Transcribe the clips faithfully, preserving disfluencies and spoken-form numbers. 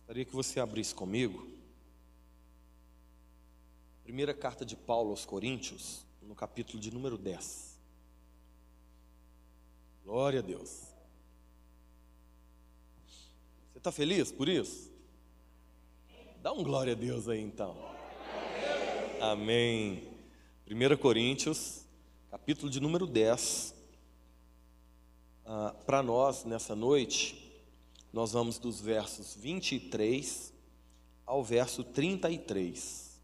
Gostaria que você abrisse comigo a primeira carta de Paulo aos Coríntios, no capítulo de número dez. Glória a Deus. Você está feliz por isso? Dá um glória a Deus aí então. Amém. primeira Coríntios, capítulo de número dez. Ah, para nós, nessa noite, nós vamos dos versos vinte e três ao verso trinta e três.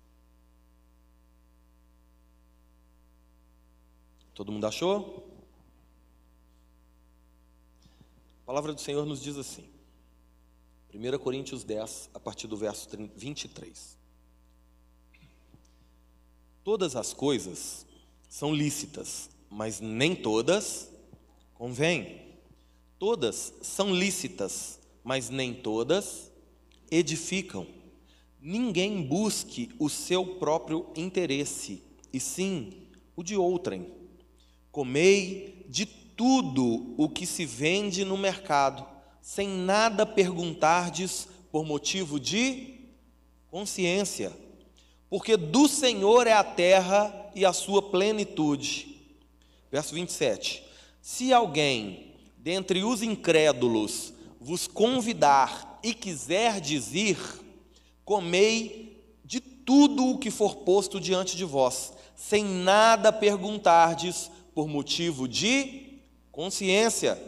Todo mundo achou? A palavra do Senhor nos diz assim, primeira Coríntios dez, a partir do verso vinte e três. Todas as coisas são lícitas, mas nem todas convêm. Todas são lícitas, mas nem todas edificam. Ninguém busque o seu próprio interesse, e sim o de outrem. Comei de tudo o que se vende no mercado, sem nada perguntardes por motivo de consciência, porque do Senhor é a terra e a sua plenitude. Verso vinte e sete. Se alguém dentre os incrédulos vos convidar e quiserdes ir, comei de tudo o que for posto diante de vós, sem nada perguntardes por motivo de consciência.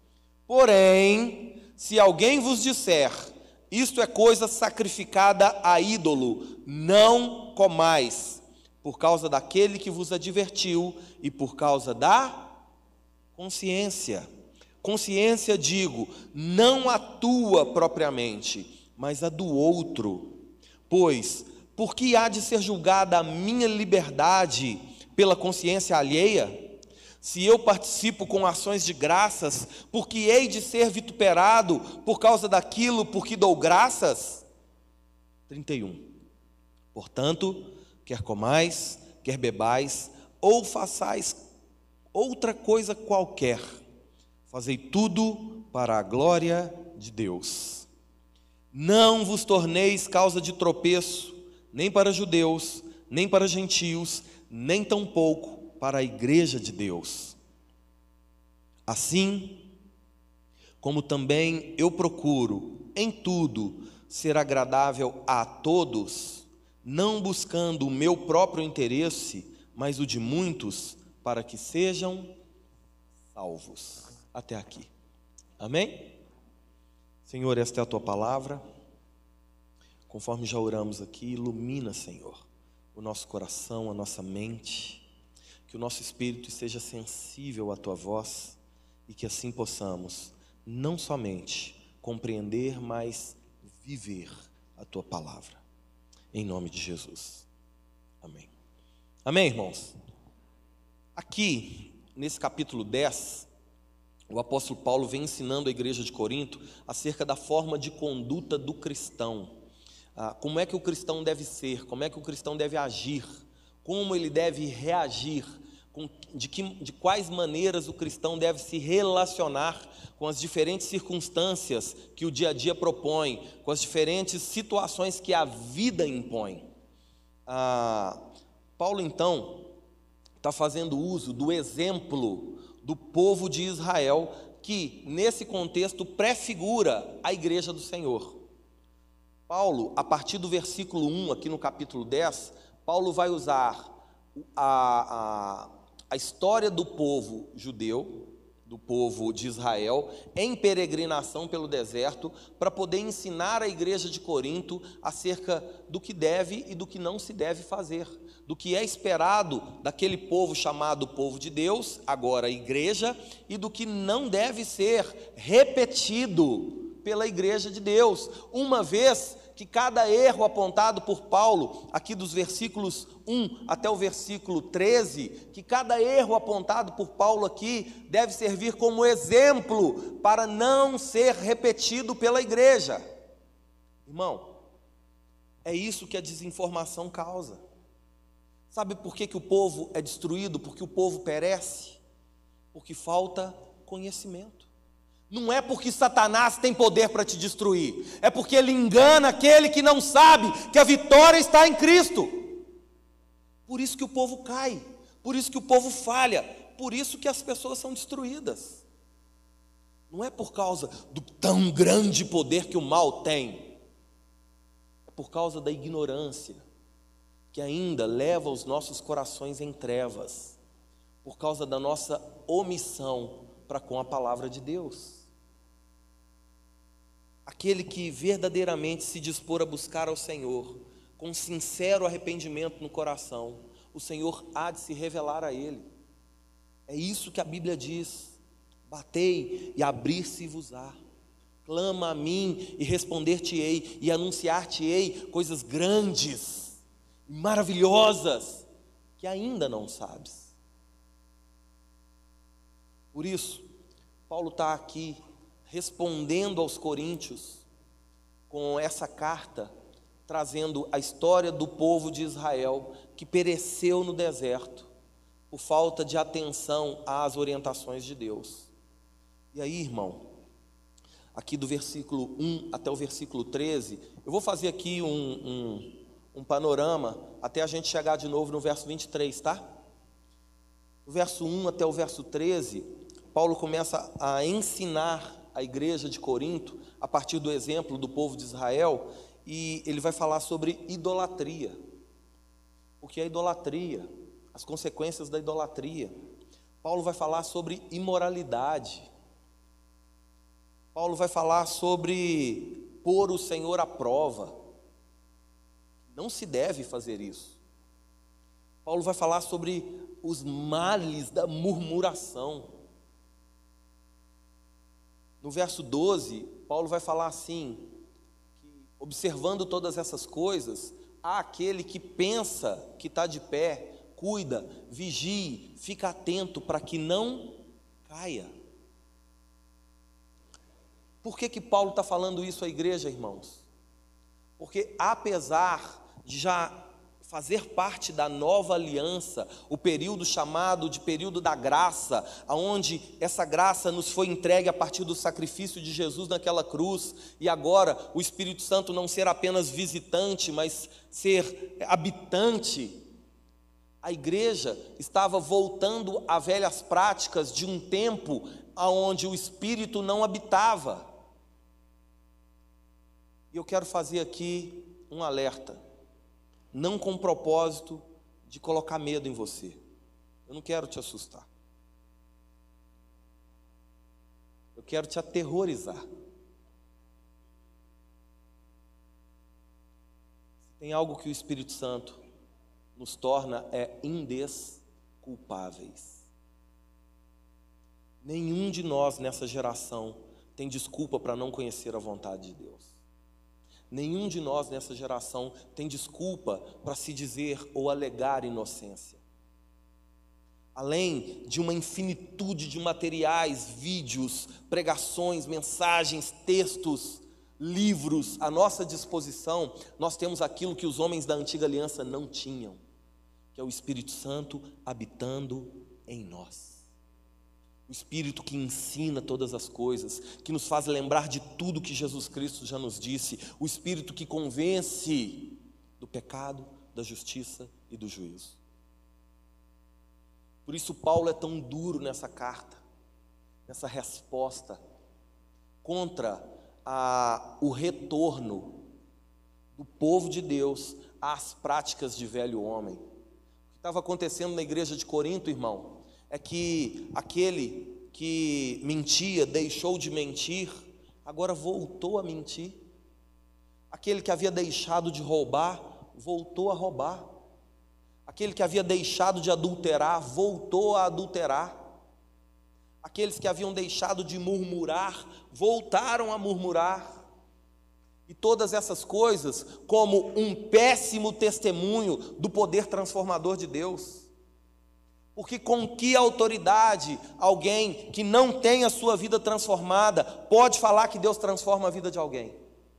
Porém, se alguém vos disser, isto é coisa sacrificada a ídolo, não comais, por causa daquele que vos advertiu e por causa da consciência. Consciência, digo, não a tua propriamente, mas a do outro. Pois, por que há de ser julgada a minha liberdade pela consciência alheia? Se eu participo com ações de graças, por que hei de ser vituperado por causa daquilo por que dou graças? trinta e um. Portanto, quer comais, quer bebais, ou façais outra coisa qualquer, fazei tudo para a glória de Deus. Não vos torneis causa de tropeço, nem para judeus, nem para gentios, nem tampouco para a igreja de Deus. Assim, como também eu procuro, em tudo, ser agradável a todos, não buscando o meu próprio interesse, mas o de muitos, para que sejam salvos. Até aqui. Amém? Senhor, esta é a tua palavra. Conforme já oramos aqui, ilumina, Senhor, o nosso coração, a nossa mente, que o nosso espírito seja sensível à tua voz e que assim possamos não somente compreender, mas viver a tua palavra. Em nome de Jesus. Amém. Amém, irmãos? Aqui, nesse capítulo dez, o apóstolo Paulo vem ensinando a igreja de Corinto acerca da forma de conduta do cristão. Ah, como é que o cristão deve ser, como é que o cristão deve agir, como ele deve reagir, com, de, que, de quais maneiras o cristão deve se relacionar com as diferentes circunstâncias que o dia a dia propõe, com as diferentes situações que a vida impõe. Ah, Paulo, então, está fazendo uso do exemplo do povo de Israel, que nesse contexto prefigura a igreja do Senhor. Paulo, a partir do versículo um, aqui no capítulo dez, Paulo vai usar a, a, a história do povo judeu, do povo de Israel, em peregrinação pelo deserto, para poder ensinar a igreja de Corinto acerca do que deve e do que não se deve fazer, do que é esperado daquele povo chamado povo de Deus, agora a igreja, e do que não deve ser repetido pela igreja de Deus, uma vez que cada erro apontado por Paulo, aqui dos versículos um até o versículo treze, que cada erro apontado por Paulo aqui deve servir como exemplo para não ser repetido pela igreja. Irmão, é isso que a desinformação causa. Sabe por que que o povo é destruído? Porque o povo perece? Porque falta conhecimento. Não é porque Satanás tem poder para te destruir, é porque ele engana aquele que não sabe que a vitória está em Cristo. Por isso que o povo cai, por isso que o povo falha, por isso que as pessoas são destruídas. Não é por causa do tão grande poder que o mal tem, é por causa da ignorância que ainda leva os nossos corações em trevas, por causa da nossa omissão para com a palavra de Deus. Aquele que verdadeiramente se dispor a buscar ao Senhor, com sincero arrependimento no coração, o Senhor há de se revelar a ele. É isso que a Bíblia diz: batei e abrir-se-vos-á, clama a mim e responder-te-ei, e anunciar-te-ei coisas grandes e maravilhosas que ainda não sabes. Por isso, Paulo está aqui respondendo aos coríntios com essa carta, trazendo a história do povo de Israel que pereceu no deserto por falta de atenção às orientações de Deus. E aí, irmão, aqui do versículo um até o versículo treze, eu vou fazer aqui um, um, um panorama até a gente chegar de novo no verso vinte e três, tá? Do verso um até o verso treze, Paulo começa a ensinar a igreja de Corinto, a partir do exemplo do povo de Israel, e ele vai falar sobre idolatria. O que é idolatria? As consequências da idolatria. Paulo vai falar sobre imoralidade. Paulo vai falar sobre pôr o Senhor à prova. Não se deve fazer isso. Paulo vai falar sobre os males da murmuração. No verso doze, Paulo vai falar assim, que observando todas essas coisas, há aquele que pensa que está de pé, cuida, vigie, fica atento para que não caia. Por que que Paulo está falando isso à igreja, irmãos? Porque apesar de já fazer parte da nova aliança, o período chamado de período da graça, aonde essa graça nos foi entregue a partir do sacrifício de Jesus naquela cruz, e agora o Espírito Santo não ser apenas visitante, mas ser habitante, a igreja estava voltando a velhas práticas de um tempo aonde o Espírito não habitava. E eu quero fazer aqui um alerta, não com o propósito de colocar medo em você. Eu não quero te assustar. Eu quero te aterrorizar. Se tem algo que o Espírito Santo nos torna é indesculpáveis. Nenhum de nós nessa geração tem desculpa para não conhecer a vontade de Deus. Nenhum de nós nessa geração tem desculpa para se dizer ou alegar inocência. Além de uma infinitude de materiais, vídeos, pregações, mensagens, textos, livros à nossa disposição, nós temos aquilo que os homens da antiga aliança não tinham, que é o Espírito Santo habitando em nós. O Espírito que ensina todas as coisas, que nos faz lembrar de tudo que Jesus Cristo já nos disse. O Espírito que convence do pecado, da justiça e do juízo. Por isso Paulo é tão duro nessa carta, nessa resposta contra a, o retorno do povo de Deus às práticas de velho homem. O que estava acontecendo na igreja de Corinto, irmão, é que aquele que mentia, deixou de mentir, agora voltou a mentir. Aquele que havia deixado de roubar, voltou a roubar. Aquele que havia deixado de adulterar, voltou a adulterar. Aqueles que haviam deixado de murmurar, voltaram a murmurar. E todas essas coisas como um péssimo testemunho do poder transformador de Deus. Porque com que autoridade alguém que não tem a sua vida transformada pode falar que Deus transforma a vida de alguém?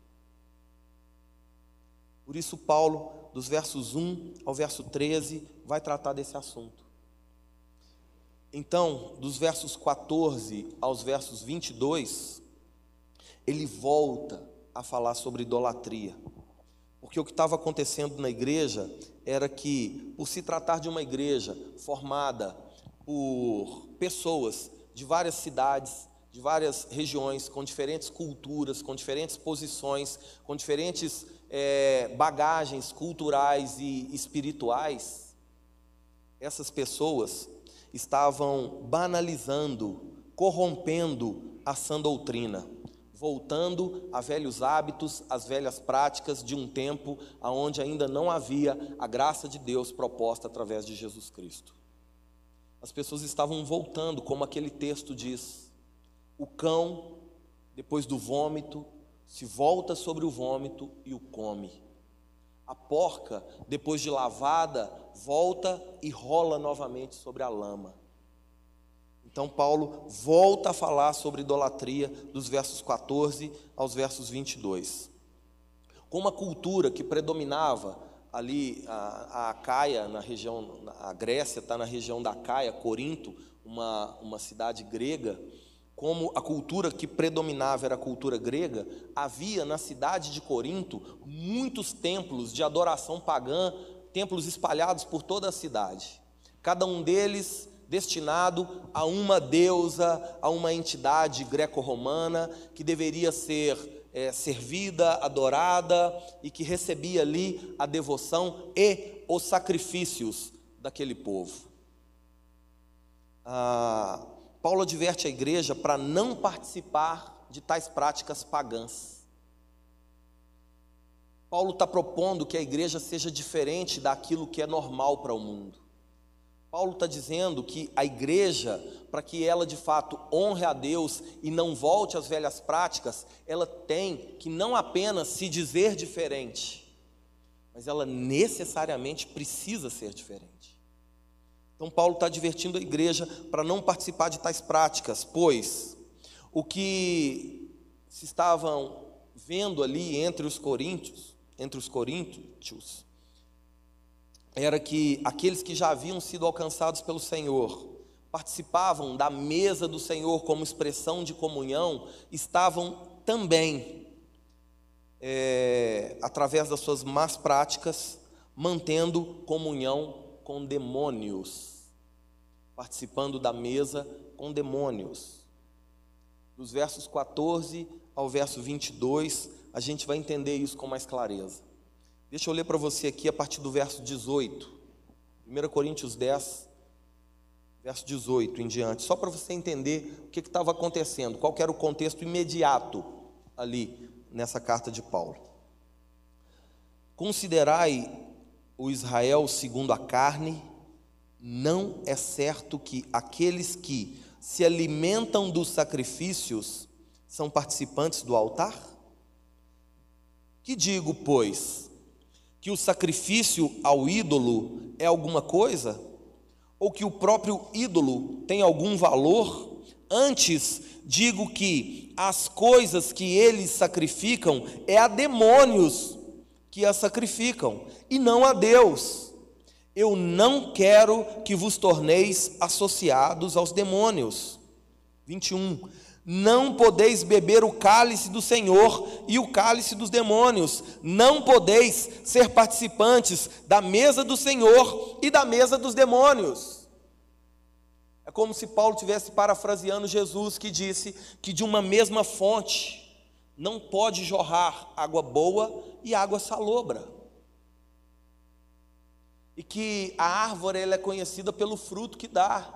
Por isso Paulo, dos versos um ao verso treze, vai tratar desse assunto. Então, dos versos quatorze aos versos vinte e dois, ele volta a falar sobre idolatria. Porque o que estava acontecendo na igreja era que, por se tratar de uma igreja formada por pessoas de várias cidades, de várias regiões, com diferentes culturas, com diferentes posições, com diferentes é, bagagens culturais e espirituais, essas pessoas estavam banalizando, corrompendo a sã doutrina, voltando a velhos hábitos, às velhas práticas de um tempo onde ainda não havia a graça de Deus proposta através de Jesus Cristo. As pessoas estavam voltando, como aquele texto diz: o cão, depois do vômito, se volta sobre o vômito e o come. A porca, depois de lavada, volta e rola novamente sobre a lama. Então Paulo volta a falar sobre idolatria dos versos quatorze aos versos vinte e dois. Com uma cultura que predominava ali, a, a Acaia, na região, a Grécia está na região da Acaia, Corinto, uma, uma cidade grega. Como a cultura que predominava era a cultura grega, havia na cidade de Corinto muitos templos de adoração pagã, templos espalhados por toda a cidade, cada um deles destinado a uma deusa, a uma entidade greco-romana que deveria ser é, servida, adorada e que recebia ali a devoção e os sacrifícios daquele povo. Ah, Paulo adverte a igreja para não participar de tais práticas pagãs. Paulo está propondo que a igreja seja diferente daquilo que é normal para o mundo. Paulo está dizendo que a igreja, para que ela de fato honre a Deus e não volte às velhas práticas, ela tem que não apenas se dizer diferente, mas ela necessariamente precisa ser diferente. Então Paulo está advertindo a igreja para não participar de tais práticas, pois o que se estavam vendo ali entre os coríntios, entre os coríntios, era que aqueles que já haviam sido alcançados pelo Senhor, participavam da mesa do Senhor como expressão de comunhão, estavam também, é, através das suas más práticas, mantendo comunhão com demônios, participando da mesa com demônios. Dos versos quatorze ao verso vinte e dois, a gente vai entender isso com mais clareza. Deixa eu ler para você aqui a partir do verso dezoito, primeira Coríntios dez, verso dezoito em diante, só para você entender o que estava acontecendo, qual que era o contexto imediato ali nessa carta de Paulo. Considerai o Israel segundo a carne, não é certo que aqueles que se alimentam dos sacrifícios são participantes do altar? Que digo, pois, que o sacrifício ao ídolo é alguma coisa? Ou que o próprio ídolo tem algum valor? Antes digo que as coisas que eles sacrificam é a demônios que as sacrificam, e não a Deus. Eu não quero que vos torneis associados aos demônios. vinte e um. Não podeis beber o cálice do Senhor e o cálice dos demônios. Não podeis ser participantes da mesa do Senhor e da mesa dos demônios. É como se Paulo estivesse parafraseando Jesus, que disse que de uma mesma fonte não pode jorrar água boa e água salobra. E que a árvore ela é conhecida pelo fruto que dá.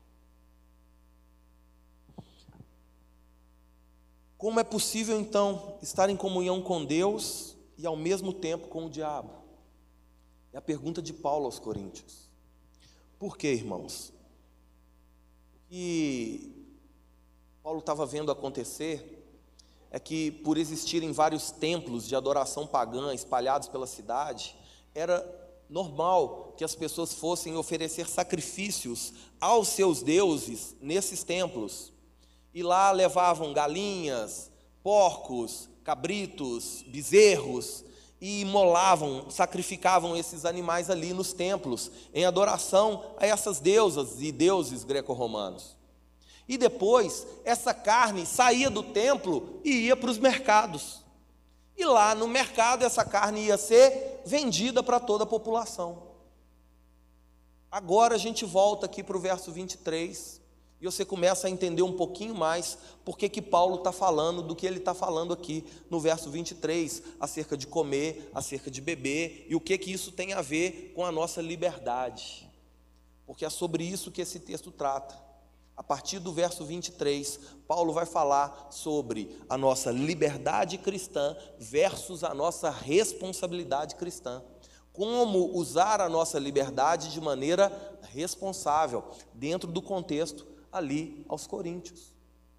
Como é possível então estar em comunhão com Deus e ao mesmo tempo com o diabo? É a pergunta de Paulo aos Coríntios. Por quê, irmãos? O que Paulo estava vendo acontecer é que, por existirem vários templos de adoração pagã espalhados pela cidade, era normal que as pessoas fossem oferecer sacrifícios aos seus deuses nesses templos. E lá levavam galinhas, porcos, cabritos, bezerros, e imolavam, sacrificavam esses animais ali nos templos, em adoração a essas deusas e deuses greco-romanos. E depois, essa carne saía do templo e ia para os mercados. E lá no mercado, essa carne ia ser vendida para toda a população. Agora a gente volta aqui para o verso vinte e três, e você começa a entender um pouquinho mais porque que Paulo está falando do que ele está falando aqui no verso vinte e três, acerca de comer, acerca de beber, e o que que isso tem a ver com a nossa liberdade. Porque é sobre isso que esse texto trata. A partir do verso vinte e três, Paulo vai falar sobre a nossa liberdade cristã versus a nossa responsabilidade cristã. Como usar a nossa liberdade de maneira responsável, dentro do contexto ali aos Coríntios.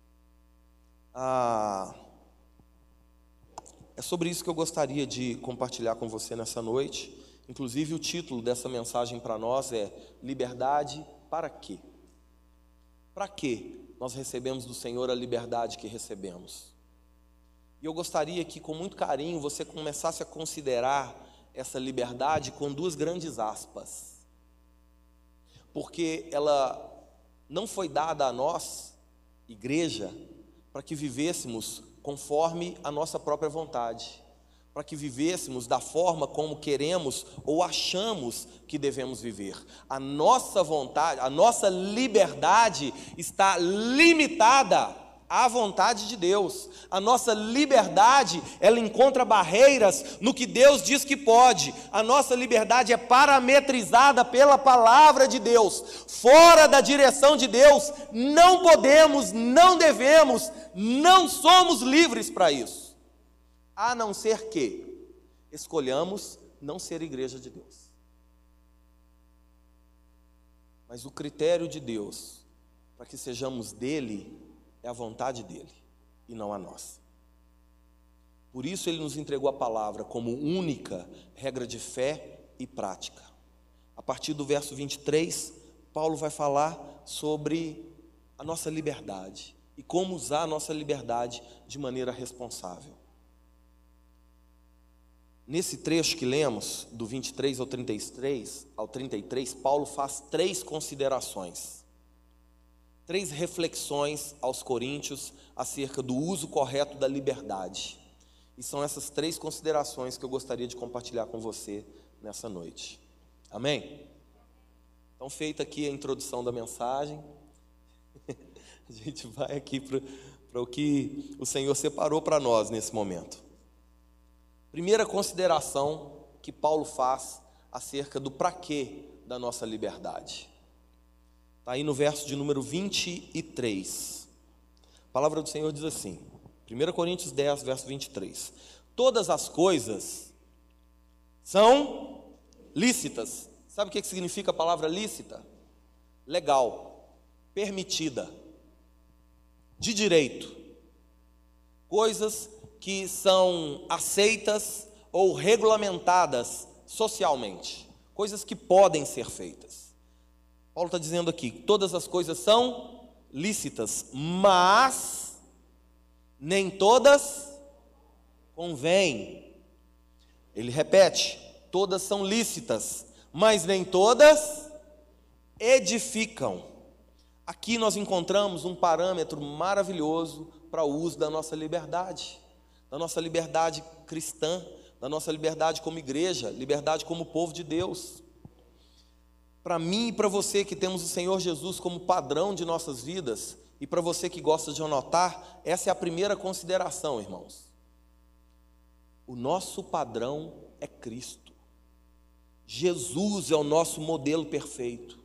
Ah, é sobre isso que eu gostaria de compartilhar com você nessa noite. Inclusive o título dessa mensagem para nós é Liberdade para quê? Para que nós recebemos do Senhor a liberdade que recebemos? E eu gostaria que, com muito carinho, você começasse a considerar essa liberdade com duas grandes aspas. Porque ela não foi dada a nós, igreja, para que vivêssemos conforme a nossa própria vontade, para que vivêssemos da forma como queremos ou achamos que devemos viver. A nossa vontade, a nossa liberdade está limitada à vontade de Deus. A nossa liberdade, ela encontra barreiras no que Deus diz que pode. A nossa liberdade é parametrizada pela palavra de Deus. Fora da direção de Deus, não podemos, não devemos, não somos livres para isso. A não ser que escolhamos não ser igreja de Deus. Mas o critério de Deus para que sejamos dele é a vontade dele e não a nossa. Por isso ele nos entregou a palavra como única regra de fé e prática. A partir do verso vinte e três, Paulo vai falar sobre a nossa liberdade e como usar a nossa liberdade de maneira responsável. Nesse trecho que lemos, do vinte e três ao trinta e três, ao trinta e três, Paulo faz três considerações, três reflexões aos coríntios acerca do uso correto da liberdade. E são essas três considerações que eu gostaria de compartilhar com você nessa noite. Amém? Então, feita aqui a introdução da mensagem, a gente vai aqui para o que o Senhor separou para nós nesse momento. Primeira consideração que Paulo faz acerca do para quê da nossa liberdade. Está aí no verso de número vinte e três. A palavra do Senhor diz assim, primeira Coríntios dez, verso vinte e três. Todas as coisas são lícitas. Sabe o que significa a palavra lícita? Legal, permitida, de direito. Coisas que são aceitas ou regulamentadas socialmente, coisas que podem ser feitas. Paulo está dizendo aqui, todas as coisas são lícitas, mas nem todas convêm. Ele repete, todas são lícitas, mas nem todas edificam. Aqui nós encontramos um parâmetro maravilhoso para o uso da nossa liberdade. Da nossa liberdade cristã, da nossa liberdade como igreja, liberdade como povo de Deus. Para mim e para você que temos o Senhor Jesus como padrão de nossas vidas, e para você que gosta de anotar, essa é a primeira consideração, irmãos. O nosso padrão é Cristo. Jesus é o nosso modelo perfeito.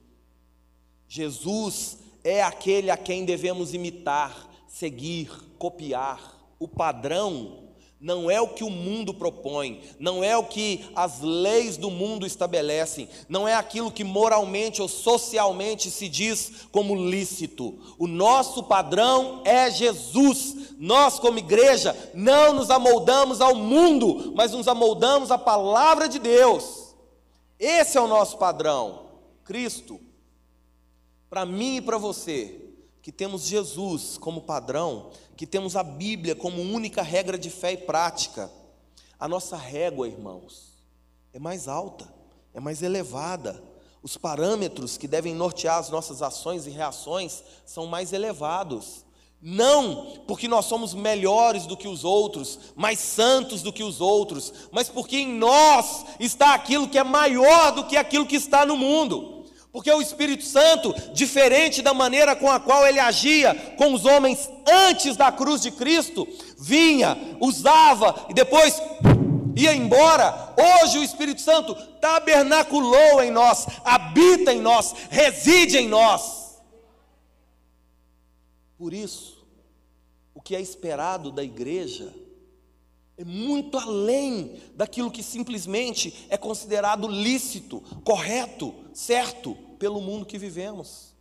Jesus é aquele a quem devemos imitar, seguir, copiar. O padrão não é o que o mundo propõe, não é o que as leis do mundo estabelecem, não é aquilo que moralmente ou socialmente se diz como lícito. O nosso padrão é Jesus. Nós, como igreja, não nos amoldamos ao mundo, mas nos amoldamos à palavra de Deus. Esse é o nosso padrão, Cristo. Para mim e para você, que temos Jesus como padrão, que temos a Bíblia como única regra de fé e prática, A nossa régua, irmãos, é mais alta, é mais elevada. Os parâmetros que devem nortear as nossas ações e reações são mais elevados. Não porque nós somos melhores do que os outros, mais santos do que os outros, mas porque em nós está aquilo que é maior do que aquilo que está no mundo. Porque o Espírito Santo, diferente da maneira com a qual ele agia com os homens antes da cruz de Cristo, vinha, usava e depois ia embora. Hoje o Espírito Santo tabernaculou em nós, habita em nós, reside em nós. Por isso, o que é esperado da igreja é muito além daquilo que simplesmente é considerado lícito, correto, certo pelo mundo que vivemos.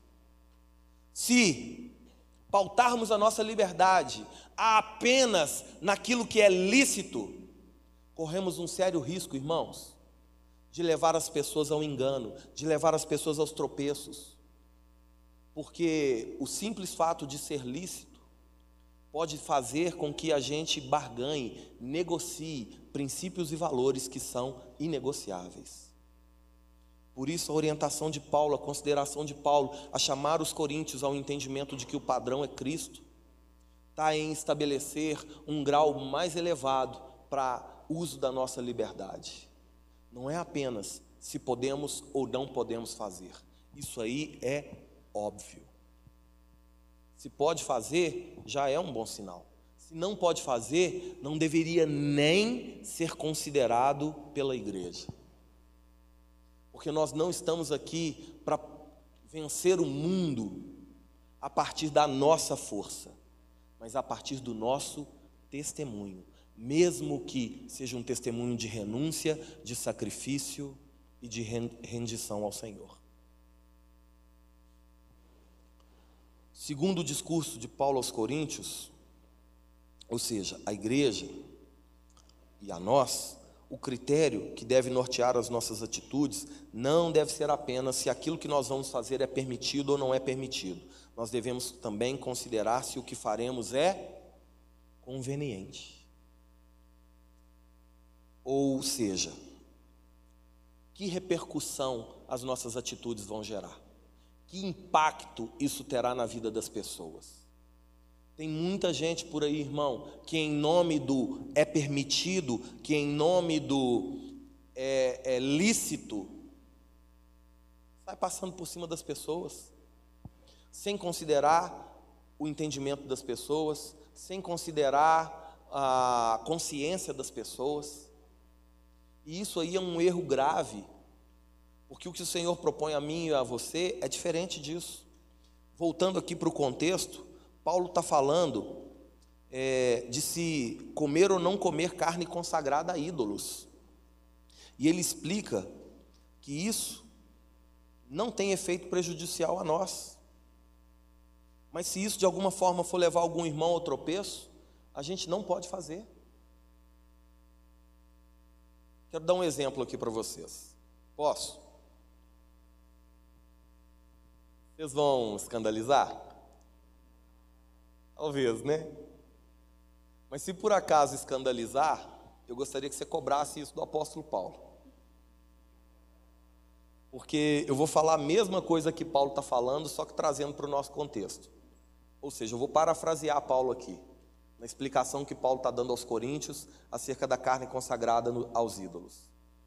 Se pautarmos a nossa liberdade apenas naquilo que é lícito, corremos um sério risco, irmãos, de levar as pessoas ao engano, de levar as pessoas aos tropeços, porque o simples fato de ser lícito pode fazer com que a gente barganhe, negocie princípios e valores que são inegociáveis. Por isso a orientação de Paulo, a consideração de Paulo, a chamar os coríntios ao entendimento de que o padrão é Cristo, está em estabelecer um grau mais elevado para uso da nossa liberdade. Não é apenas se podemos ou não podemos fazer. Isso aí é óbvio. Se pode fazer, já é um bom sinal. Se não pode fazer, não deveria nem ser considerado pela igreja. Porque nós não estamos aqui para vencer o mundo a partir da nossa força, mas a partir do nosso testemunho, mesmo que seja um testemunho de renúncia, de sacrifício e de rendição ao Senhor. Segundo o discurso de Paulo aos Coríntios, ou seja, a igreja e a nós, o critério que deve nortear as nossas atitudes não deve ser apenas se aquilo que nós vamos fazer é permitido ou não é permitido. Nós devemos também considerar se o que faremos é conveniente. Ou seja, que repercussão as nossas atitudes vão gerar? Que impacto isso terá na vida das pessoas? Tem muita gente por aí, irmão, que em nome do é permitido, que em nome do é, é lícito, sai passando por cima das pessoas, sem considerar o entendimento das pessoas, sem considerar a consciência das pessoas. E isso aí é um erro grave, porque o que o Senhor propõe a mim e a você é diferente disso. Voltando aqui para o contexto, Paulo está falando é, de se comer ou não comer carne consagrada a ídolos. E ele explica que isso não tem efeito prejudicial a nós. Mas se isso de alguma forma for levar algum irmão ao tropeço, a gente não pode fazer. Quero dar um exemplo aqui para vocês. Posso? Vocês vão escandalizar? Talvez, né? Mas se por acaso escandalizar, eu gostaria que você cobrasse isso do apóstolo Paulo. Porque eu vou falar a mesma coisa que Paulo está falando, só que trazendo para o nosso contexto. Ou seja, eu vou parafrasear Paulo aqui, na explicação que Paulo está dando aos coríntios acerca da carne consagrada no, aos ídolos.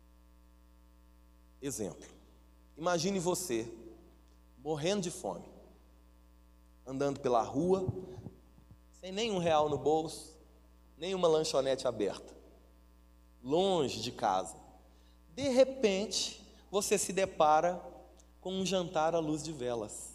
Exemplo. Imagine você morrendo de fome, andando pela rua, sem nenhum real no bolso, nenhuma lanchonete aberta, longe de casa. De repente, você se depara com um jantar à luz de velas.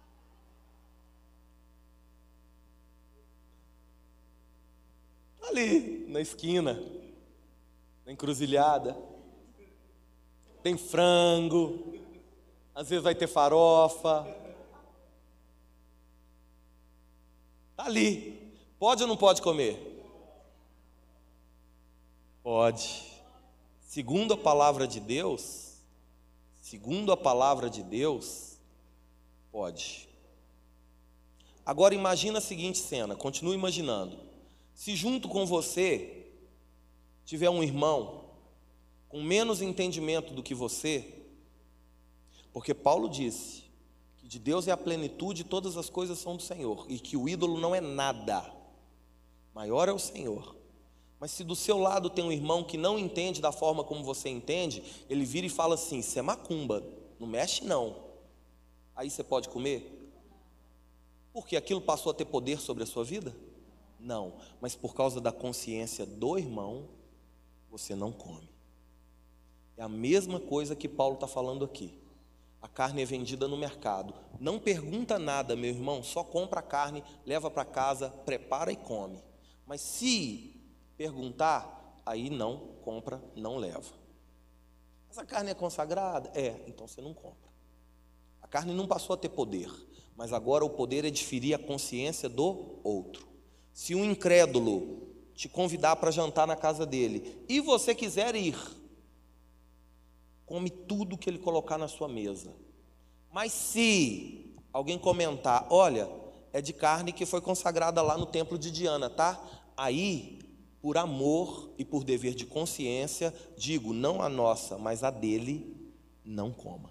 Ali, na esquina, na encruzilhada, tem frango, às vezes vai ter farofa. Está ali. Pode ou não pode comer? Pode. Segundo a palavra de Deus, segundo a palavra de Deus, pode. Agora imagina a seguinte cena, continue imaginando. Se junto com você tiver um irmão com menos entendimento do que você, porque Paulo disse que de Deus é a plenitude e todas as coisas são do Senhor, e que o ídolo não é nada, maior é o Senhor. Mas se do seu lado tem um irmão que não entende da forma como você entende, ele vira e fala assim: isso é macumba, não mexe não. Aí você pode comer? Porque aquilo passou a ter poder sobre a sua vida? Não, mas por causa da consciência do irmão, você não come. É a mesma coisa que Paulo está falando aqui. A carne é vendida no mercado. Não pergunta nada, meu irmão, só compra a carne, leva para casa, prepara e come. Mas se perguntar, aí não compra, não leva. Mas a carne é consagrada? É, então você não compra. A carne não passou a ter poder, mas agora o poder é de ferir a consciência do outro. Se um incrédulo te convidar para jantar na casa dele e você quiser ir, come tudo que ele colocar na sua mesa. Mas se alguém comentar: olha, é de carne que foi consagrada lá no templo de Diana, tá? Aí, por amor e por dever de consciência, digo, não a nossa, mas a dele, não coma.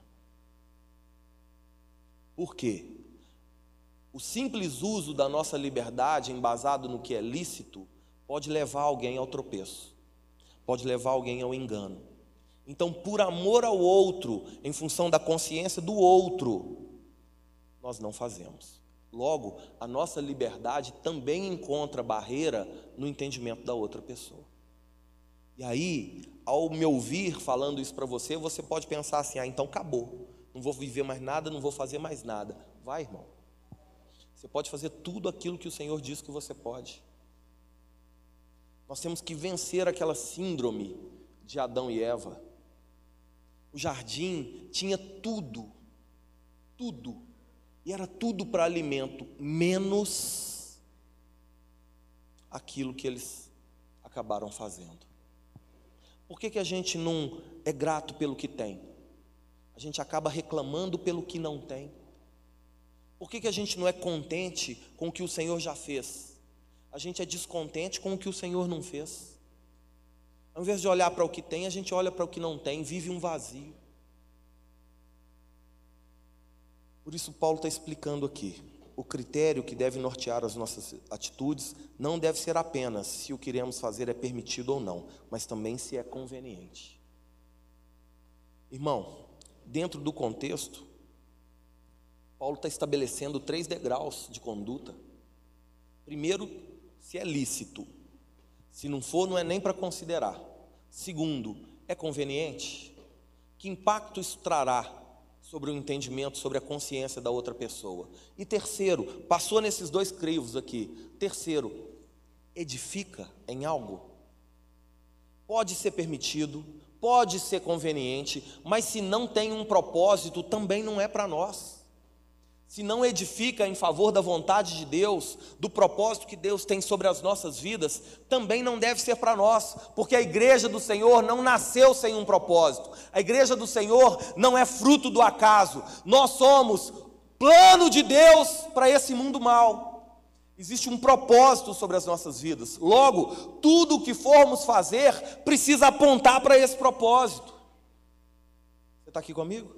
Por quê? O simples uso da nossa liberdade, embasado no que é lícito, pode levar alguém ao tropeço, pode levar alguém ao engano. Então, por amor ao outro, em função da consciência do outro, nós não fazemos. Logo, a nossa liberdade também encontra barreira no entendimento da outra pessoa. E aí, ao me ouvir falando isso para você, você pode pensar assim: ah, então acabou, não vou viver mais nada, não vou fazer mais nada. Vai, irmão. Você pode fazer tudo aquilo que o Senhor diz que você pode. Nós temos que vencer aquela síndrome de Adão e Eva. O jardim tinha tudo, tudo, e era tudo para alimento, menos aquilo que eles acabaram fazendo. Por que que a gente não é grato pelo que tem? A gente acaba reclamando pelo que não tem. Por que que a gente não é contente com o que o Senhor já fez? A gente é descontente com o que o Senhor não fez. Ao invés de olhar para o que tem, a gente olha para o que não tem, vive um vazio. Por isso Paulo está explicando aqui: o critério que deve nortear as nossas atitudes não deve ser apenas se o que iremos fazer é permitido ou não, mas também se é conveniente. Irmão, dentro do contexto, Paulo está estabelecendo três degraus de conduta. Primeiro, se é lícito. Se não for, não é nem para considerar. Segundo, é conveniente? Que impacto isso trará sobre o entendimento, sobre a consciência da outra pessoa? E terceiro, passou nesses dois crivos aqui. Terceiro, edifica em algo? Pode ser permitido, pode ser conveniente, mas se não tem um propósito, também não é para nós. Se não edifica em favor da vontade de Deus, do propósito que Deus tem sobre as nossas vidas, também não deve ser para nós, porque a igreja do Senhor não nasceu sem um propósito. A igreja do Senhor não é fruto do acaso. Nós somos plano de Deus para esse mundo mau. Existe um propósito sobre as nossas vidas. Logo, tudo o que formos fazer precisa apontar para esse propósito. Você está aqui comigo?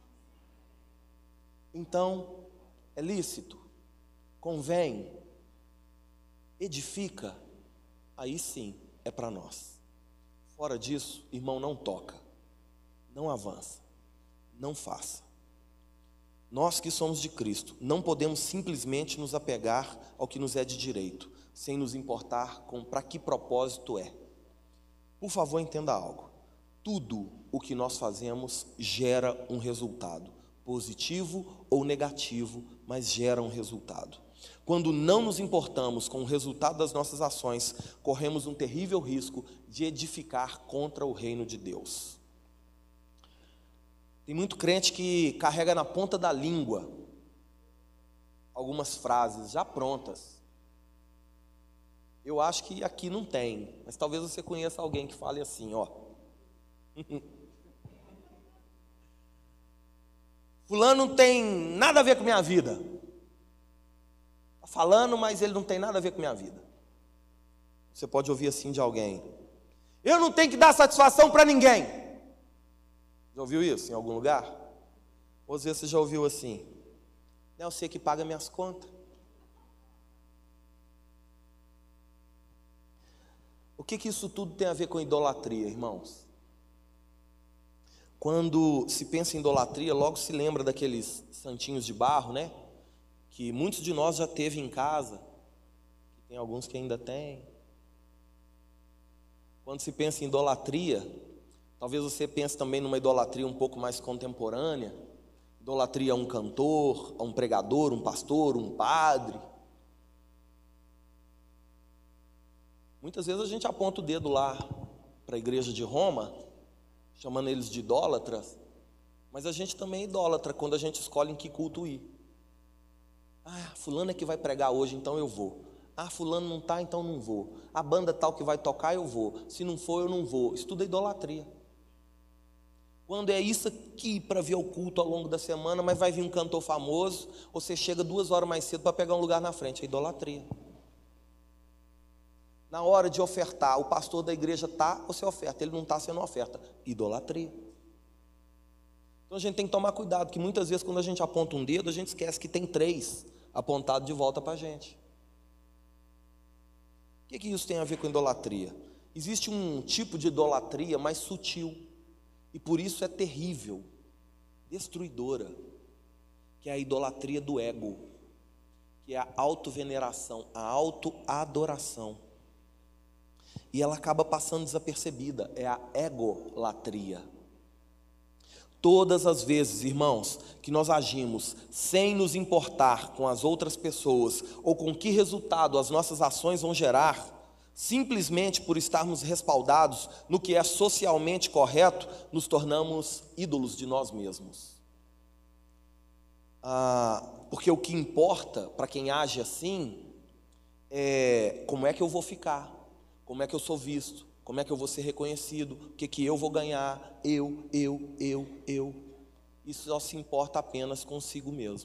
Então, é lícito, convém, edifica, aí sim é para nós. Fora disso, irmão, não toca, não avança, não faça. Nós que somos de Cristo, não podemos simplesmente nos apegar ao que nos é de direito, sem nos importar com para que propósito é. Por favor, entenda algo: tudo o que nós fazemos gera um resultado, positivo ou negativo, mas gera um resultado. Quando não nos importamos com o resultado das nossas ações, corremos um terrível risco de edificar contra o reino de Deus. Tem muito crente que carrega na ponta da língua algumas frases já prontas. Eu acho que aqui não tem, mas talvez você conheça alguém que fale assim, ó. Fulano não tem nada a ver com minha vida. Está falando, mas ele não tem nada a ver com minha vida. Você pode ouvir assim de alguém. Eu não tenho que dar satisfação para ninguém. Já ouviu isso em algum lugar? Ou às vezes você já ouviu assim: não, eu sei que paga minhas contas. O que que isso tudo tem a ver com idolatria, irmãos? Quando se pensa em idolatria, logo se lembra daqueles santinhos de barro, né? Que muitos de nós já teve em casa. Tem alguns que ainda têm. Quando se pensa em idolatria, talvez você pense também numa idolatria um pouco mais contemporânea. Idolatria a um cantor, a um pregador, um pastor, um padre. Muitas vezes a gente aponta o dedo lá para a igreja de Roma, chamando eles de idólatras, mas a gente também é idólatra quando a gente escolhe em que culto ir. Ah, fulano é que vai pregar hoje, então eu vou. Ah, fulano não está, então não vou. A banda tal que vai tocar, eu vou. Se não for, eu não vou. Isso tudo é idolatria. Quando é isso aqui para ver o culto ao longo da semana, mas vai vir um cantor famoso, você chega duas horas mais cedo para pegar um lugar na frente, é idolatria. Na hora de ofertar, o pastor da igreja está, você oferta, ele não está, você não oferta. Idolatria. Então a gente tem que tomar cuidado, que muitas vezes quando a gente aponta um dedo, a gente esquece que tem três apontados de volta para a gente. O que que isso tem a ver com idolatria? Existe um tipo de idolatria mais sutil, e por isso é terrível, destruidora, que é a idolatria do ego, que é a autoveneração, a autoadoração. E ela acaba passando desapercebida, é a egolatria. Todas as vezes, irmãos, que nós agimos sem nos importar com as outras pessoas ou com que resultado as nossas ações vão gerar, simplesmente por estarmos respaldados no que é socialmente correto, nos tornamos ídolos de nós mesmos. Ah, porque o que importa para quem age assim é como é que eu vou ficar, como é que eu sou visto, como é que eu vou ser reconhecido, o que que eu vou ganhar, eu, eu, eu, eu. Isso só se importa apenas consigo mesmo.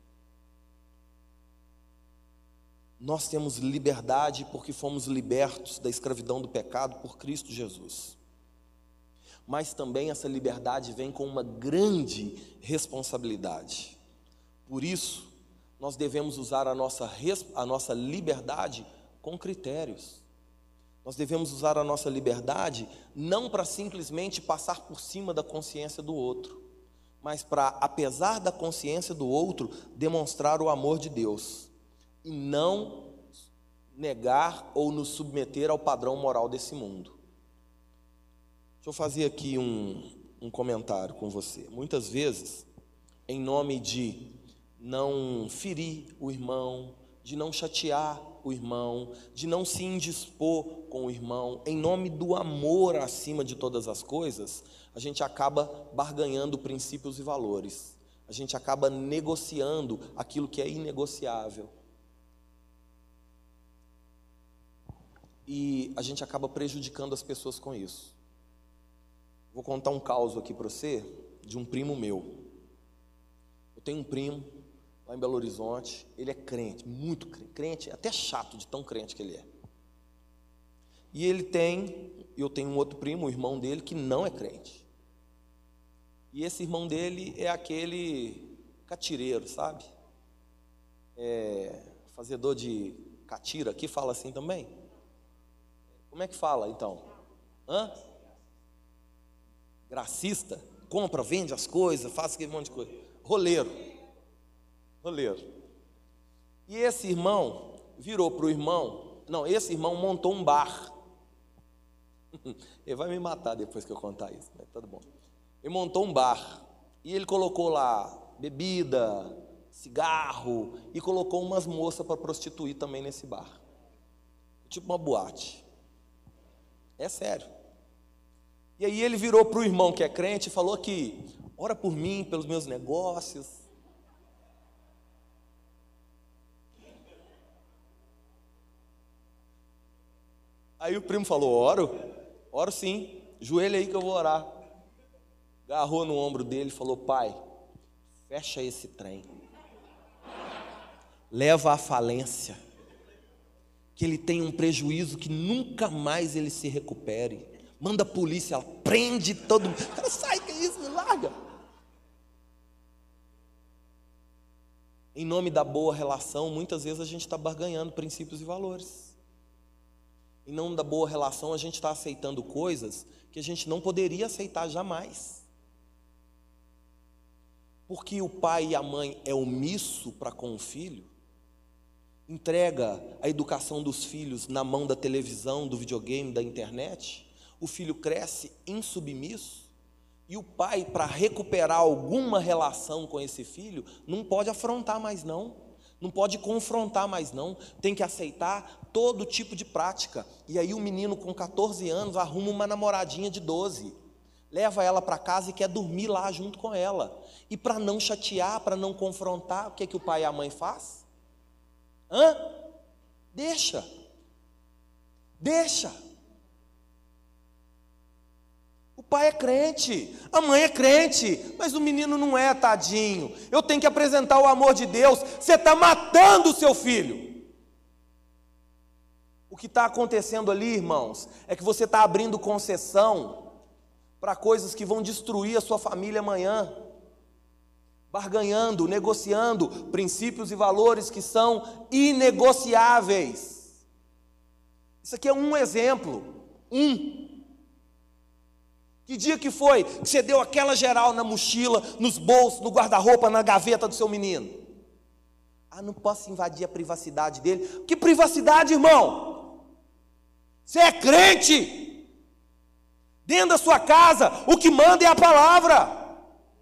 Nós temos liberdade porque fomos libertos da escravidão do pecado por Cristo Jesus. Mas também essa liberdade vem com uma grande responsabilidade. Por isso, nós devemos usar a nossa, a nossa liberdade com critérios. Nós devemos usar a nossa liberdade não para simplesmente passar por cima da consciência do outro, mas para, apesar da consciência do outro, demonstrar o amor de Deus e não negar ou nos submeter ao padrão moral desse mundo. Deixa eu fazer aqui um, um comentário com você. Muitas vezes, em nome de não ferir o irmão, de não chatear o irmão, de não se indispor com o irmão, em nome do amor acima de todas as coisas, a gente acaba barganhando princípios e valores, a gente acaba negociando aquilo que é inegociável, e a gente acaba prejudicando as pessoas com isso. Vou contar um caso aqui para você, de um primo meu. Eu tenho um primo lá em Belo Horizonte, ele é crente, muito crente, até chato de tão crente que ele é. E ele tem, eu tenho um outro primo, o irmão dele, que não é crente. E esse irmão dele é aquele catireiro, sabe? É, fazedor de catira, aqui fala assim também? Como é que fala então? Hã? Gracista? Compra, vende as coisas, faz aquele monte de coisa. Roleiro. Roleiro. E esse irmão virou para o irmão, não, esse irmão montou um bar. Ele vai me matar depois que eu contar isso, mas tudo bom. Ele montou um bar e ele colocou lá bebida, cigarro e colocou umas moças para prostituir também nesse bar. Tipo uma boate. É sério. E aí ele virou para o irmão que é crente e falou que ora por mim, pelos meus negócios. Aí o primo falou, oro, oro sim, joelho aí que eu vou orar. Agarrou no ombro dele e falou, pai, fecha esse trem, leva à falência, que ele tenha um prejuízo que nunca mais ele se recupere, Manda a polícia, ela prende todo mundo. Cara, sai, que isso, me larga. Em nome da boa relação, muitas vezes a gente está barganhando princípios e valores. Em nome da boa relação, a gente está aceitando coisas que a gente não poderia aceitar jamais. Porque o pai e a mãe é omisso para com o filho, entrega a educação dos filhos na mão da televisão, do videogame, da internet, o filho cresce insubmisso, e o pai, para recuperar alguma relação com esse filho, não pode afrontar mais não, não pode confrontar mais não, tem que aceitar todo tipo de prática. E aí o menino com catorze anos arruma uma namoradinha de doze, leva ela para casa e quer dormir lá junto com ela. E para não chatear, para não confrontar, o que é que o pai e a mãe faz? Hã? Deixa. Deixa. O pai é crente, a mãe é crente, mas o menino não é, tadinho. Eu tenho que apresentar o amor de Deus. Você está matando o seu filho. O que está acontecendo ali, irmãos, é que você está abrindo concessão para coisas que vão destruir a sua família amanhã, barganhando, negociando princípios e valores que são inegociáveis. Isso aqui é um exemplo, um. Que dia que foi que você deu aquela geral na mochila, nos bolsos, no guarda-roupa, na gaveta do seu menino? Ah, não posso invadir a privacidade dele. Que privacidade, irmão? Você é crente. Dentro da sua casa, o que manda é a palavra.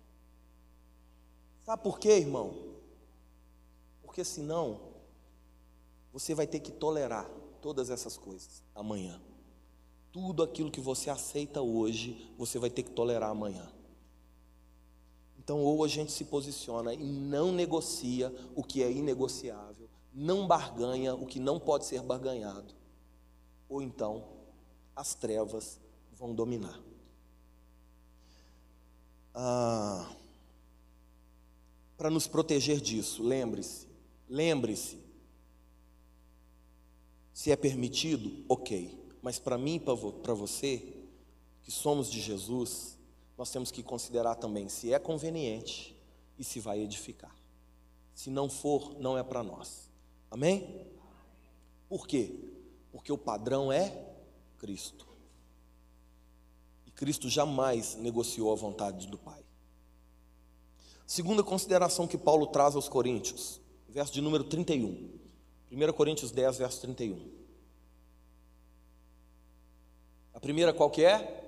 Sabe por quê, irmão? Porque senão, você vai ter que tolerar todas essas coisas amanhã. Tudo aquilo que você aceita hoje, você vai ter que tolerar amanhã. Então, ou a gente se posiciona e não negocia o que é inegociável, não barganha o que não pode ser barganhado, ou então as trevas vão dominar. Ah, para nos proteger disso, lembre-se, lembre-se, se é permitido, ok. Mas para mim e para você, que somos de Jesus, nós temos que considerar também se é conveniente e se vai edificar. Se não for, não é para nós. Amém? Por quê? Porque o padrão é Cristo. E Cristo jamais negociou a vontade do Pai. Segunda consideração que Paulo traz aos Coríntios, verso de número trinta e um. primeira Coríntios dez, verso trinta e um. A primeira qual que é?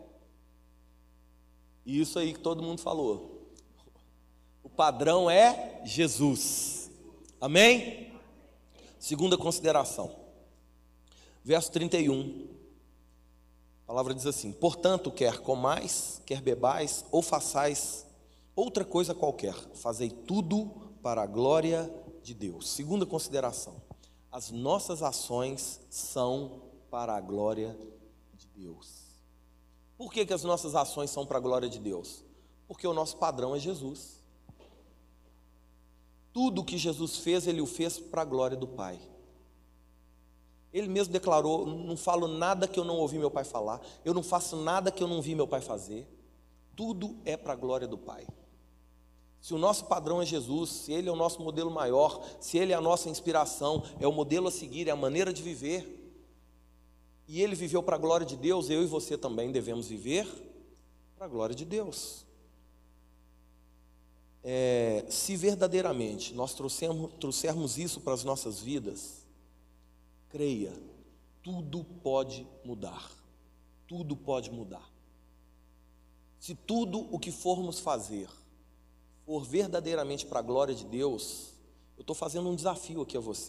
Isso aí que todo mundo falou. O padrão é Jesus. Amém? Segunda consideração. Verso trinta e um. A palavra diz assim: portanto, quer comais, quer bebais, ou façais outra coisa qualquer, fazei tudo para a glória de Deus. Segunda consideração. As nossas ações são para a glória de Deus. Deus. Por que que as nossas ações são para a glória de Deus? Porque o nosso padrão é Jesus. Tudo que Jesus fez, Ele o fez para a glória do Pai. Ele mesmo declarou: não falo nada que eu não ouvi meu Pai falar, eu não faço nada que eu não vi meu Pai fazer, tudo é para a glória do Pai. Se o nosso padrão é Jesus, se Ele é o nosso modelo maior, se Ele é a nossa inspiração, é o modelo a seguir, é a maneira de viver, e Ele viveu para a glória de Deus, eu e você também devemos viver para a glória de Deus. É, se verdadeiramente nós trouxermos, trouxermos isso para as nossas vidas, creia, tudo pode mudar. Tudo pode mudar. Se tudo o que formos fazer for verdadeiramente para a glória de Deus, eu estou fazendo um desafio aqui a você.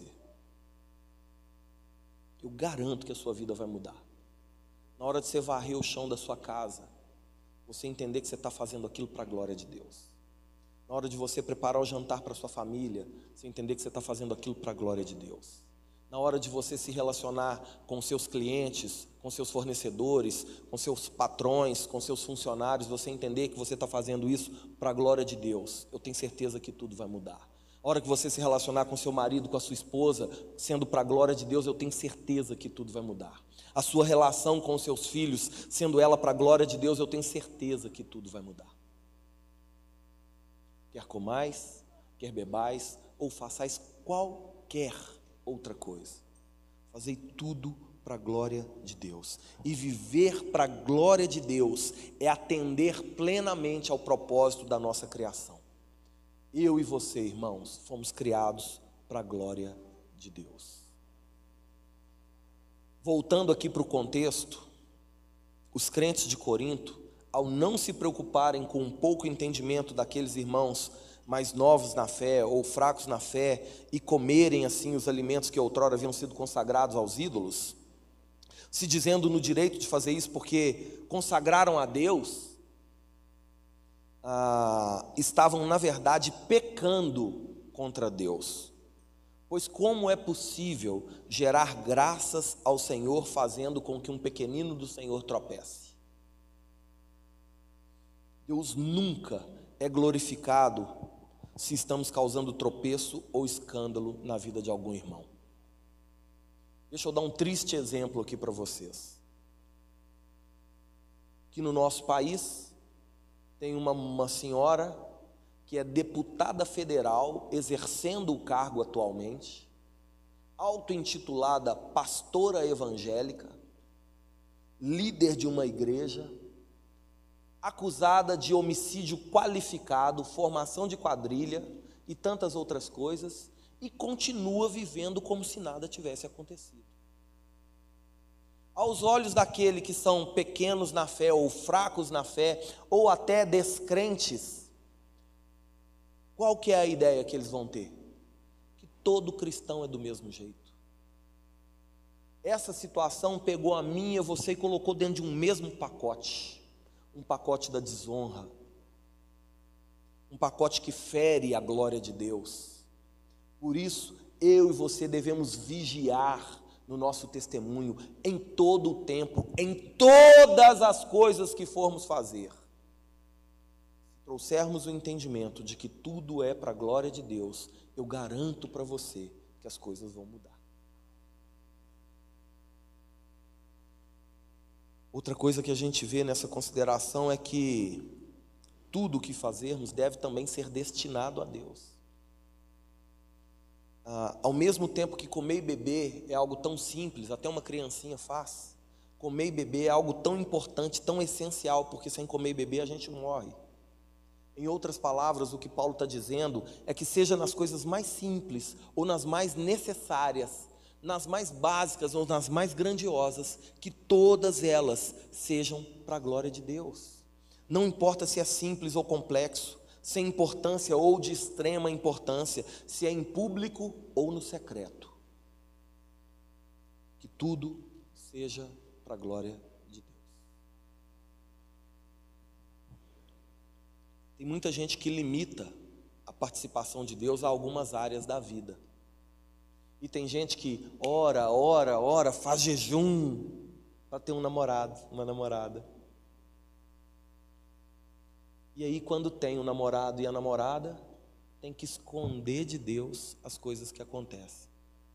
Eu garanto que a sua vida vai mudar. Na hora de você varrer o chão da sua casa, você entender que você está fazendo aquilo para a glória de Deus. Na hora de você preparar o jantar para a sua família, você entender que você está fazendo aquilo para a glória de Deus. Na hora de você se relacionar com seus clientes, com seus fornecedores, com seus patrões, com seus funcionários, você entender que você está fazendo isso para a glória de Deus, eu tenho certeza que tudo vai mudar. A hora que você se relacionar com seu marido, com a sua esposa, sendo para a glória de Deus, eu tenho certeza que tudo vai mudar. a sua relação com os seus filhos, sendo ela para a glória de Deus, eu tenho certeza que tudo vai mudar. Quer comais, quer bebais, ou façais qualquer outra coisa, fazei tudo para a glória de Deus. E viver para a glória de Deus é atender plenamente ao propósito da nossa criação. Eu e você, irmãos, fomos criados para a glória de Deus. Voltando aqui para o contexto, os crentes de Corinto, ao não se preocuparem com um pouco entendimento daqueles irmãos mais novos na fé ou fracos na fé e comerem assim os alimentos que outrora haviam sido consagrados aos ídolos, se dizendo no direito de fazer isso porque consagraram a Deus, ah, estavam na verdade pecando contra Deus. Pois como é possível gerar graças ao Senhor fazendo com que um pequenino do Senhor tropece? Deus nunca é glorificado se estamos causando tropeço ou escândalo na vida de algum irmão. Deixa eu dar um triste exemplo aqui para vocês. Que no nosso país tem uma, uma senhora que é deputada federal, exercendo o cargo atualmente, auto-intitulada pastora evangélica, líder de uma igreja, acusada de homicídio qualificado, formação de quadrilha e tantas outras coisas, e continua vivendo como se nada tivesse acontecido. Aos olhos daqueles que são pequenos na fé, ou fracos na fé, ou até descrentes, qual que é a ideia que eles vão ter? Que todo cristão é do mesmo jeito. Essa situação pegou a minha, você e colocou dentro de um mesmo pacote. Um pacote da desonra, um pacote que fere a glória de Deus. Por isso, eu e você devemos vigiar no nosso testemunho, em todo o tempo, em todas as coisas que formos fazer. Se trouxermos o entendimento de que tudo é para a glória de Deus, eu garanto para você que as coisas vão mudar. Outra coisa que a gente vê nessa consideração é que tudo o que fazermos deve também ser destinado a Deus. Ah, ao mesmo tempo que comer e beber é algo tão simples, até uma criancinha faz, comer e beber é algo tão importante, tão essencial, porque sem comer e beber a gente morre. Em outras palavras, o que Paulo está dizendo é que seja nas coisas mais simples ou nas mais necessárias, nas mais básicas ou nas mais grandiosas, que todas elas sejam para a glória de Deus. Não importa se é simples ou complexo, sem importância ou de extrema importância, se é em público ou no secreto. Que tudo seja para a glória de Deus. Tem muita gente que limita a participação de Deus a algumas áreas da vida. E tem gente que ora, ora, ora, faz jejum para ter um namorado, uma namorada. E aí quando tem o namorado e a namorada, tem que esconder de Deus as coisas que acontecem.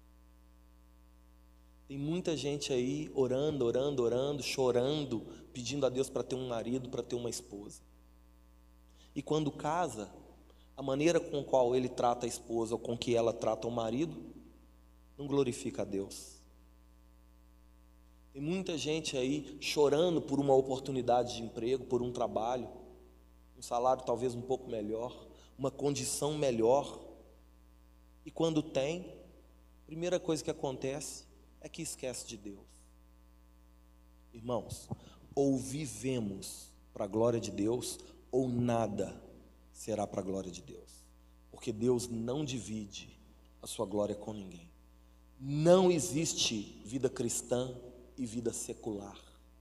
Tem muita gente aí orando, orando, orando, chorando, pedindo a Deus para ter um marido, para ter uma esposa. E quando casa, a maneira com a qual ele trata a esposa ou com que ela trata o marido, não glorifica a Deus. Tem muita gente aí chorando por uma oportunidade de emprego, por um trabalho, um salário talvez um pouco melhor, uma condição melhor. E quando tem, a primeira coisa que acontece é que esquece de Deus. Irmãos, ou vivemos para a glória de Deus, ou nada será para a glória de Deus. Porque Deus não divide a sua glória com ninguém. Não existe vida cristã e vida secular.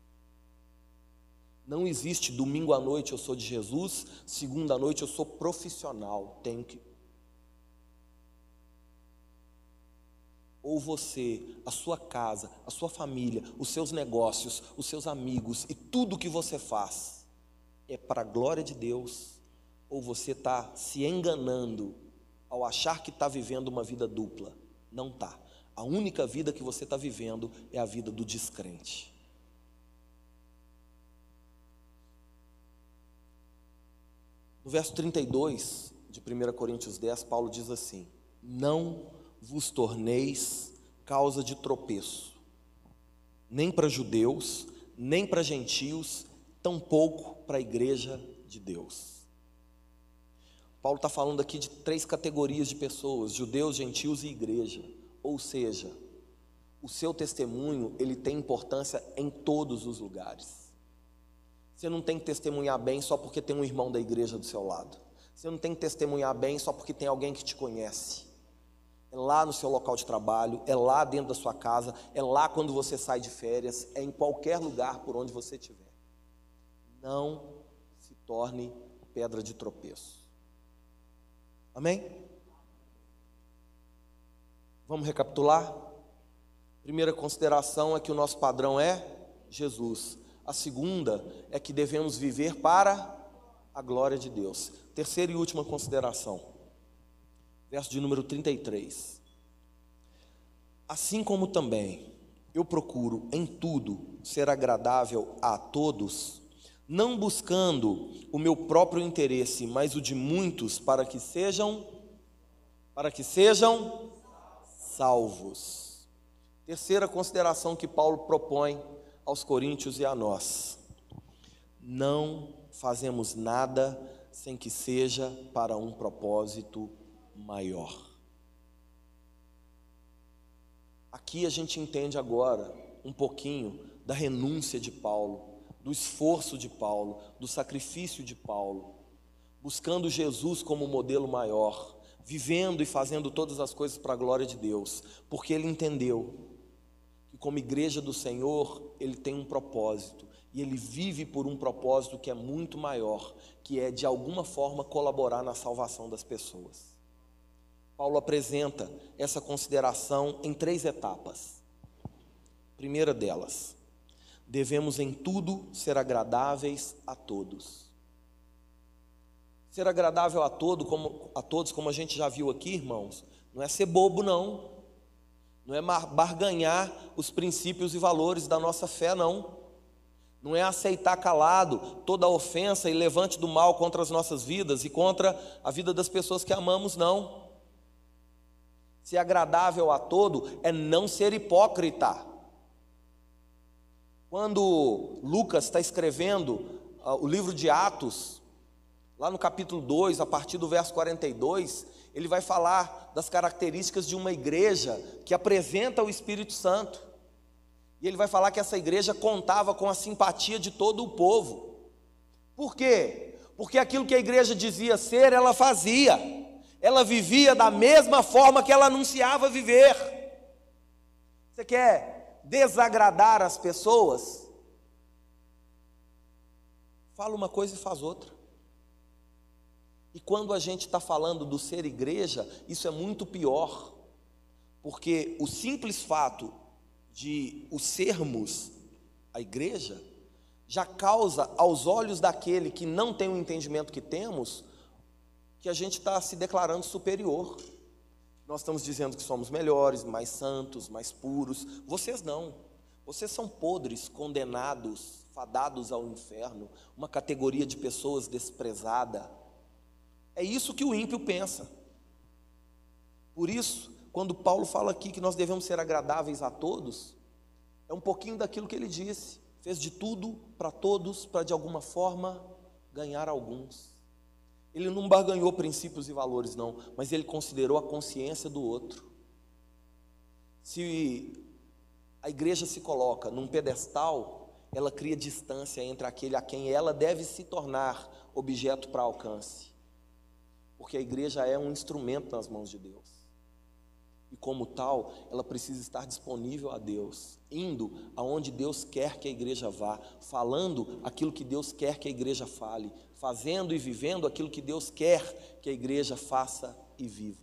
Não existe domingo à noite eu sou de Jesus, segunda à noite eu sou profissional, tenho que... Ou você, a sua casa, a sua família, os seus negócios, os seus amigos e tudo que você faz é para a glória de Deus, ou você está se enganando ao achar que está vivendo uma vida dupla. Não está. A única vida que você está vivendo é a vida do descrente. No verso trinta e dois de primeira Coríntios dez, Paulo diz assim: não vos torneis causa de tropeço, nem para judeus, nem para gentios, tampouco para a igreja de Deus. Paulo está falando aqui de três categorias de pessoas: judeus, gentios e igreja. Ou seja, o seu testemunho, ele tem importância em todos os lugares. Você não tem que testemunhar bem só porque tem um irmão da igreja do seu lado. Você não tem que testemunhar bem só porque tem alguém que te conhece. É lá no seu local de trabalho, é lá dentro da sua casa, é lá quando você sai de férias, é em qualquer lugar por onde você estiver. Não se torne pedra de tropeço. Amém? Vamos recapitular? Primeira consideração é que o nosso padrão é Jesus. A segunda é que devemos viver para a glória de Deus. Terceira e última consideração, verso de número trinta e três. Assim como também eu procuro em tudo ser agradável a todos, não buscando o meu próprio interesse, mas o de muitos, para que sejam, para que sejam salvos. Terceira consideração que Paulo propõe aos coríntios e a nós: não fazemos nada sem que seja para um propósito maior. Aqui a gente entende agora um pouquinho da renúncia de Paulo, do esforço de Paulo, do sacrifício de Paulo, buscando Jesus como modelo maior, vivendo e fazendo todas as coisas para a glória de Deus, porque ele entendeu que como igreja do Senhor, ele tem um propósito, e ele vive por um propósito que é muito maior, que é de alguma forma colaborar na salvação das pessoas. Paulo apresenta essa consideração em três etapas. Primeira delas, devemos em tudo ser agradáveis a todos. Ser agradável a, todo, como, a todos, como a gente já viu aqui, irmãos, não é ser bobo, não. Não é barganhar os princípios e valores da nossa fé, não. Não é aceitar calado toda ofensa e levante do mal contra as nossas vidas e contra a vida das pessoas que amamos, não. Ser agradável a todo é não ser hipócrita. Quando Lucas está escrevendo uh, o livro de Atos, lá no capítulo dois, a partir do verso quarenta e dois, ele vai falar das características de uma igreja que apresenta o Espírito Santo. E ele vai falar que essa igreja contava com a simpatia de todo o povo. Por quê? Porque aquilo que a igreja dizia ser, ela fazia. Ela vivia da mesma forma que ela anunciava viver. Você quer desagradar as pessoas? Fala uma coisa e faz outra. E quando a gente está falando do ser igreja, isso é muito pior, porque o simples fato de o sermos a igreja já causa aos olhos daquele que não tem o entendimento que temos, que a gente está se declarando superior. Nós estamos dizendo que somos melhores, mais santos, mais puros. Vocês não, vocês são podres, condenados, fadados ao inferno, uma categoria de pessoas desprezada. É isso que o ímpio pensa. Por isso, quando Paulo fala aqui que nós devemos ser agradáveis a todos, é um pouquinho daquilo que ele disse: fez de tudo para todos, para de alguma forma ganhar alguns. Ele não barganhou princípios e valores, não, mas ele considerou a consciência do outro. Se a igreja se coloca num pedestal, ela cria distância entre aquele a quem ela deve se tornar objeto para alcance. Porque a igreja é um instrumento nas mãos de Deus. E como tal, ela precisa estar disponível a Deus, indo aonde Deus quer que a igreja vá, falando aquilo que Deus quer que a igreja fale, fazendo e vivendo aquilo que Deus quer que a igreja faça e viva.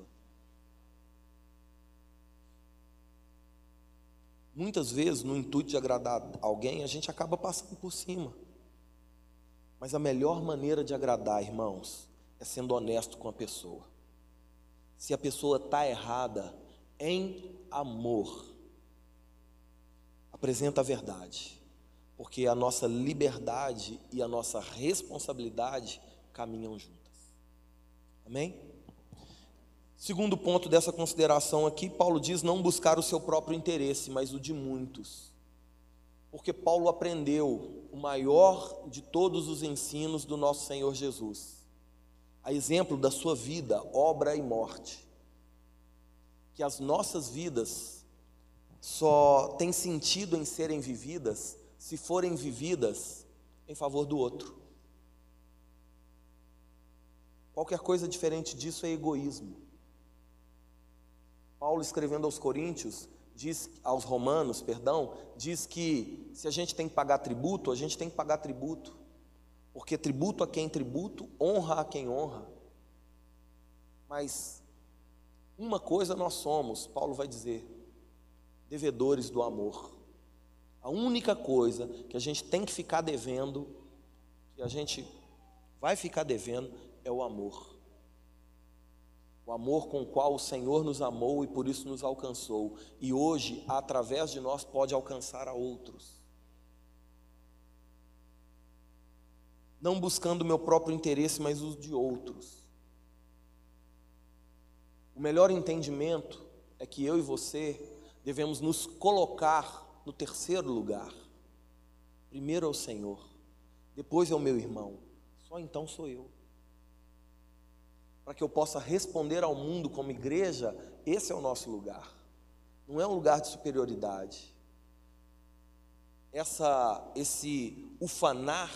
Muitas vezes, no intuito de agradar alguém, a gente acaba passando por cima. Mas a melhor maneira de agradar, irmãos, é sendo honesto com a pessoa. Se a pessoa está errada em amor apresenta a verdade, porque a nossa liberdade e a nossa responsabilidade caminham juntas. Amém? Segundo ponto dessa consideração aqui, Paulo diz não buscar o seu próprio interesse, mas o de muitos. Porque Paulo aprendeu o maior de todos os ensinos do nosso Senhor Jesus, a exemplo da sua vida, obra e morte. Que as nossas vidas só têm sentido em serem vividas se forem vividas em favor do outro. Qualquer coisa diferente disso é egoísmo. Paulo, escrevendo aos Coríntios, diz, aos Romanos, perdão, diz que se a gente tem que pagar tributo, a gente tem que pagar tributo, porque tributo a quem tributo, honra a quem honra. Mas uma coisa nós somos, Paulo vai dizer, devedores do amor. A única coisa que a gente tem que ficar devendo, que a gente vai ficar devendo, é o amor. O amor com o qual o Senhor nos amou e por isso nos alcançou. E hoje, através de nós, pode alcançar a outros. Não buscando o meu próprio interesse, mas o de outros. O melhor entendimento é que eu e você devemos nos colocar no terceiro lugar. Primeiro é o Senhor, depois é o meu irmão, só então sou eu. Para que eu possa responder ao mundo como igreja, esse é o nosso lugar. Não é um lugar de superioridade. Essa, esse ufanar,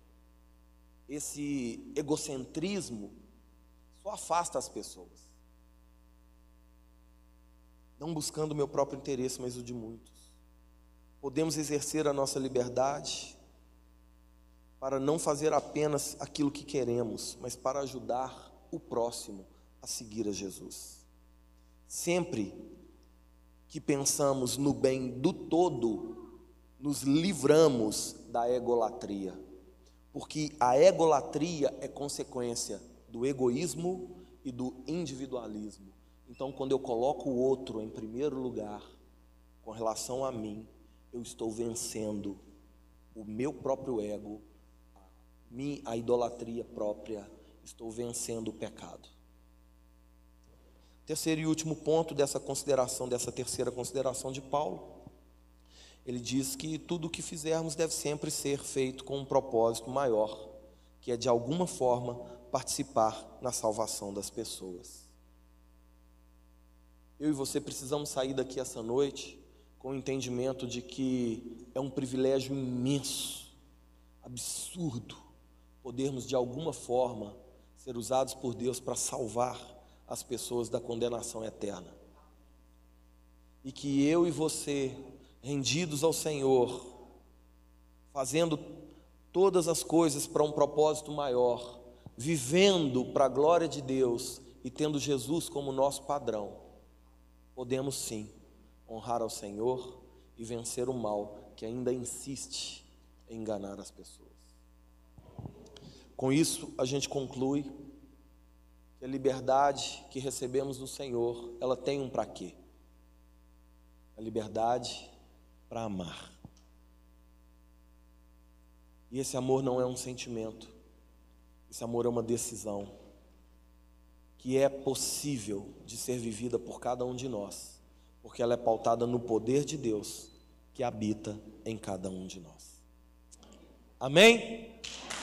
esse egocentrismo, só afasta as pessoas. Não buscando o meu próprio interesse, mas o de muitos. Podemos exercer a nossa liberdade para não fazer apenas aquilo que queremos, mas para ajudar o próximo a seguir a Jesus. Sempre que pensamos no bem do todo, nos livramos da egolatria, porque a egolatria é consequência do egoísmo e do individualismo. Então, quando eu coloco o outro em primeiro lugar, com relação a mim, eu estou vencendo o meu próprio ego, a idolatria própria, estou vencendo o pecado. Terceiro e último ponto dessa consideração, dessa terceira consideração de Paulo, ele diz que tudo o que fizermos deve sempre ser feito com um propósito maior, que é de alguma forma participar na salvação das pessoas. Eu e você precisamos sair daqui essa noite com o entendimento de que é um privilégio imenso, absurdo, podermos de alguma forma ser usados por Deus para salvar as pessoas da condenação eterna. E que eu e você, rendidos ao Senhor, fazendo todas as coisas para um propósito maior, vivendo para a glória de Deus e tendo Jesus como nosso padrão, podemos sim honrar ao Senhor e vencer o mal que ainda insiste em enganar as pessoas. Com isso, a gente conclui que a liberdade que recebemos do Senhor, ela tem um para quê? A liberdade para amar. E esse amor não é um sentimento, esse amor é uma decisão que é possível de ser vivida por cada um de nós, porque ela é pautada no poder de Deus que habita em cada um de nós. Amém?